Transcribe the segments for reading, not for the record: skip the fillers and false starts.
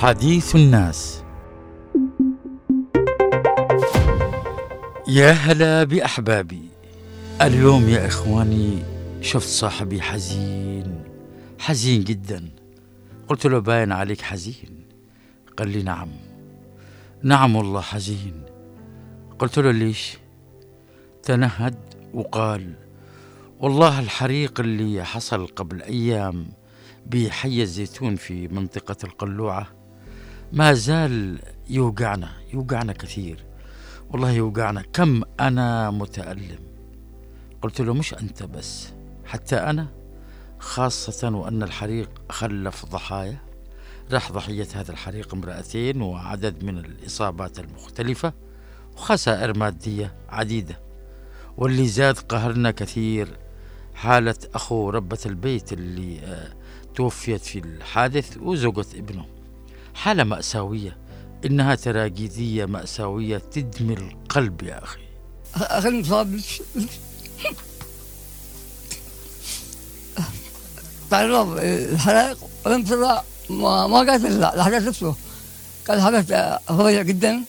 حديث الناس. يا هلا بأحبابي. اليوم يا إخواني شفت صاحبي حزين جدا. قلت له باين عليك حزين. قال لي نعم والله حزين. قلت له ليش؟ تنهد وقال والله الحريق اللي حصل قبل أيام بحي الزيتون في منطقة القلوعة ما زال يوقعنا كثير، والله يوقعنا. كم أنا متألم. قلت له مش أنت بس، حتى أنا، خاصة وأن الحريق خلف ضحايا. راح ضحية هذا الحريق 2 وعدد من الإصابات المختلفة وخسائر مادية عديدة. واللي زاد قهرنا كثير حالة أخو ربة البيت اللي توفيت في الحادث وزوجة ابنه. حالة مأساوية، إنها تراجيدية مأساوية تدمي القلب يا أخي. تعرض الحرائق ولم ترى ما كانت الأحداث نفسه، كان حدث فظيع جدا.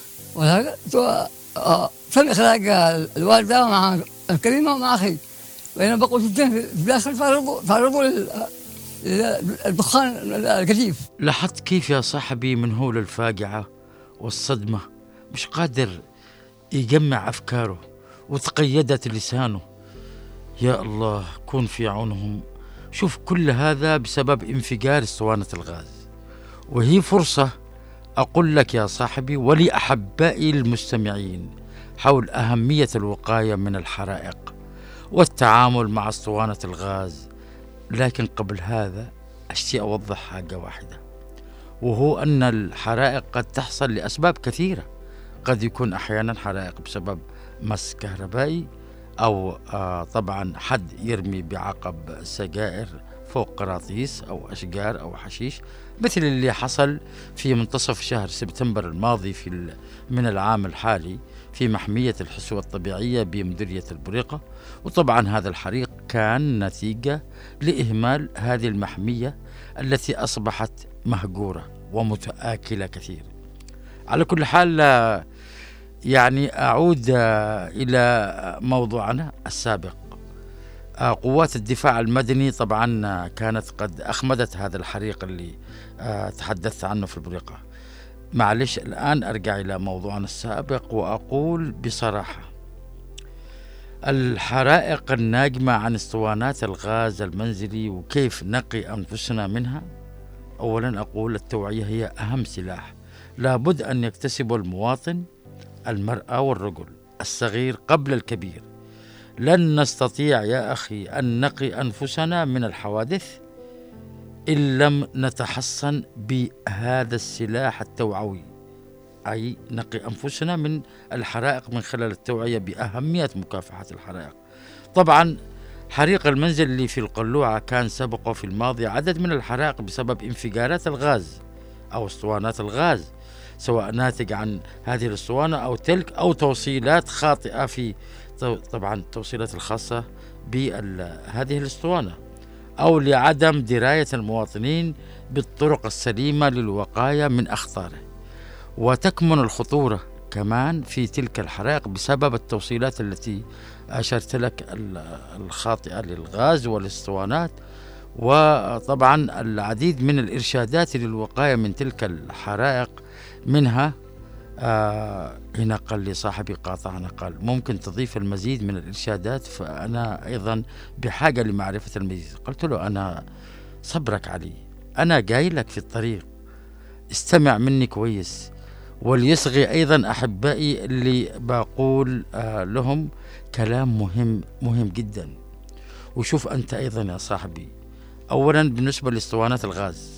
تم إخراج الوالدة مع الكريمة ومع أخي، بينما بقوا 2 في الداخل تعرضوا للدخان الكثيف. لاحظت كيف يا صاحبي من هول الفاجعة والصدمة مش قادر يجمع أفكاره وتقيدت لسانه. يا الله كون في عونهم. شوف كل هذا بسبب انفجار اسطوانة الغاز، وهي فرصة أقول لك يا صاحبي ولأحبائي المستمعين حول أهمية الوقاية من الحرائق والتعامل مع اسطوانة الغاز. لكن قبل هذا أشتي أوضح حاجة واحدة، وهو أن الحرائق قد تحصل لأسباب كثيرة. قد يكون أحيانا حرائق بسبب مس كهربائي، أو طبعا حد يرمي بعقب سجائر فوق قراطيس أو أشجار أو حشيش، مثل اللي حصل في منتصف شهر سبتمبر الماضي من العام الحالي في محمية الحسوة الطبيعية بمديرية البريقة. وطبعا هذا الحريق كان نتيجة لإهمال هذه المحمية التي أصبحت مهجورة ومتآكلة كثير. على كل حال يعني أعود إلى موضوعنا السابق. قوات الدفاع المدني طبعا كانت قد أخمدت هذا الحريق اللي تحدثت عنه في البريقة. معلش الآن أرجع إلى موضوعنا السابق وأقول بصراحة الحرائق الناجمة عن اسطوانات الغاز المنزلي وكيف نقي أنفسنا منها. أولا أقول التوعية هي أهم سلاح لابد أن يكتسبه المواطن، المرأة والرجل، الصغير قبل الكبير. لن نستطيع يا أخي أن نقي أنفسنا من الحوادث إن لم نتحصن بهذا السلاح التوعوي، أي نقي أنفسنا من الحرائق من خلال التوعية بأهمية مكافحة الحرائق. طبعا حريق المنزل اللي في القلوعة كان سبقه في الماضي عدد من الحرائق بسبب انفجارات الغاز أو اسطوانات الغاز، سواء ناتج عن هذه الاسطوانة أو تلك، أو توصيلات خاطئة في طبعا التوصيلات الخاصة بهذه الاسطوانة، أو لعدم دراية المواطنين بالطرق السليمة للوقاية من أخطاره. وتكمن الخطورة كمان في تلك الحرائق بسبب التوصيلات التي أشرت لك الخاطئة للغاز والاسطوانات، وطبعا العديد من الإرشادات للوقاية من تلك الحرائق. منها هنا قال لي صاحبي قاطعنا، قال ممكن تضيف المزيد من الإرشادات، فأنا أيضا بحاجة لمعرفة المزيد. قلت له أنا صبرك علي، أنا جاي لك في الطريق، استمع مني كويس. وليصغي أيضا أحبائي اللي بقول لهم كلام مهم جدا. وشوف أنت أيضا يا صاحبي، أولا بالنسبة لاسطوانات الغاز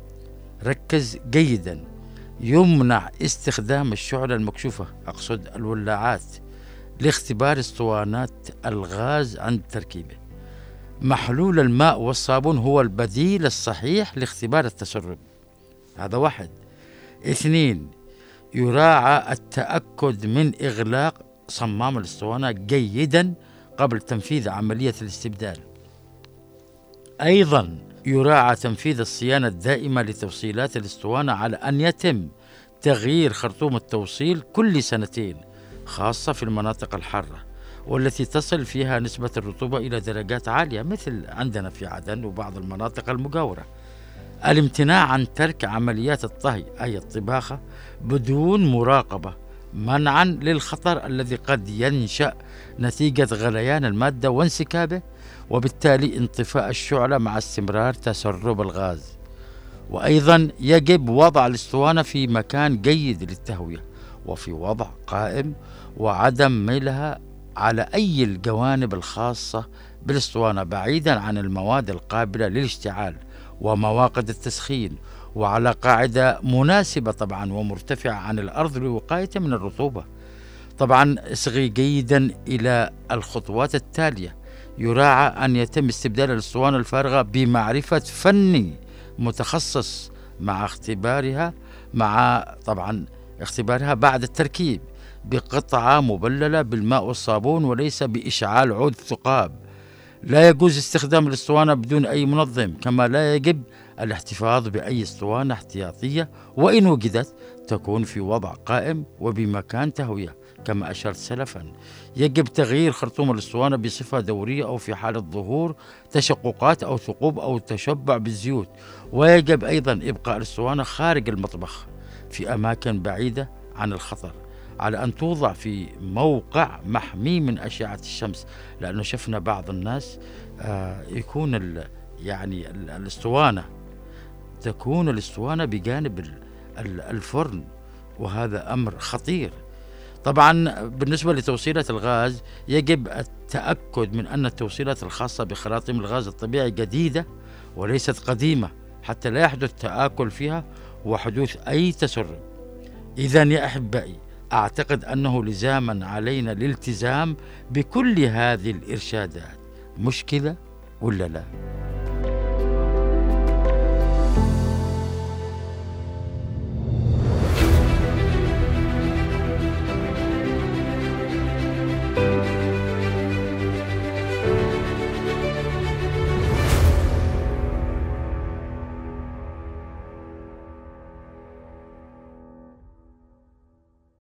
ركز جيدا. يمنع استخدام الشعلة المكشوفة، أقصد الولاعات، لاختبار اسطوانات الغاز عند تركيبه. محلول الماء والصابون هو البديل الصحيح لاختبار التسرب. هذا 1. 2. يراعى التأكد من إغلاق صمام الاسطوانة جيدا قبل تنفيذ عملية الاستبدال. أيضا يراعى تنفيذ الصيانة الدائمة لتوصيلات الأسطوانة على أن يتم تغيير خرطوم التوصيل كل 2 سنين، خاصة في المناطق الحارة والتي تصل فيها نسبة الرطوبة إلى درجات عالية مثل عندنا في عدن وبعض المناطق المجاورة. الامتناع عن ترك عمليات الطهي أي الطباخة بدون مراقبة منعا للخطر الذي قد ينشأ نتيجة غليان المادة وانسكابه، وبالتالي انطفاء الشعلة مع استمرار تسرب الغاز. وأيضا يجب وضع الأسطوانة في مكان جيد للتهوية وفي وضع قائم، وعدم ميلها على أي الجوانب الخاصة بالأسطوانة بعيدا عن المواد القابلة للاشتعال ومواقد التسخين، وعلى قاعدة مناسبة طبعا ومرتفعة عن الأرض لوقاية من الرطوبة. طبعا اصغي جيدا إلى الخطوات التالية. يراعى أن يتم استبدال الأسطوانة الفارغة بمعرفة فني متخصص مع طبعا اختبارها بعد التركيب بقطعة مبللة بالماء والصابون وليس بإشعال عود ثقاب. لا يجوز استخدام الأسطوانة بدون أي منظم، كما لا يجب الاحتفاظ بأي أسطوانة احتياطية، وإن وجدت تكون في وضع قائم وبمكان تهوية كما أشرت سلفا. يجب تغيير خرطوم الأسطوانة بصفة دورية أو في حالة ظهور تشققات أو ثقوب أو تشبع بالزيوت. ويجب أيضا إبقاء الأسطوانة خارج المطبخ في أماكن بعيدة عن الخطر، على أن توضع في موقع محمي من أشعة الشمس، لأنه شفنا بعض الناس يكون الأسطوانة تكون الأسطوانة بجانب الفرن، وهذا أمر خطير. طبعا بالنسبة لتوصيلات الغاز يجب التأكد من أن التوصيلات الخاصة بخراطيم الغاز الطبيعي جديدة وليست قديمة، حتى لا يحدث تآكل فيها وحدوث أي تسرب. إذن يا أحبائي، أعتقد أنه لزاما علينا الالتزام بكل هذه الإرشادات. مشكلة ولا لا؟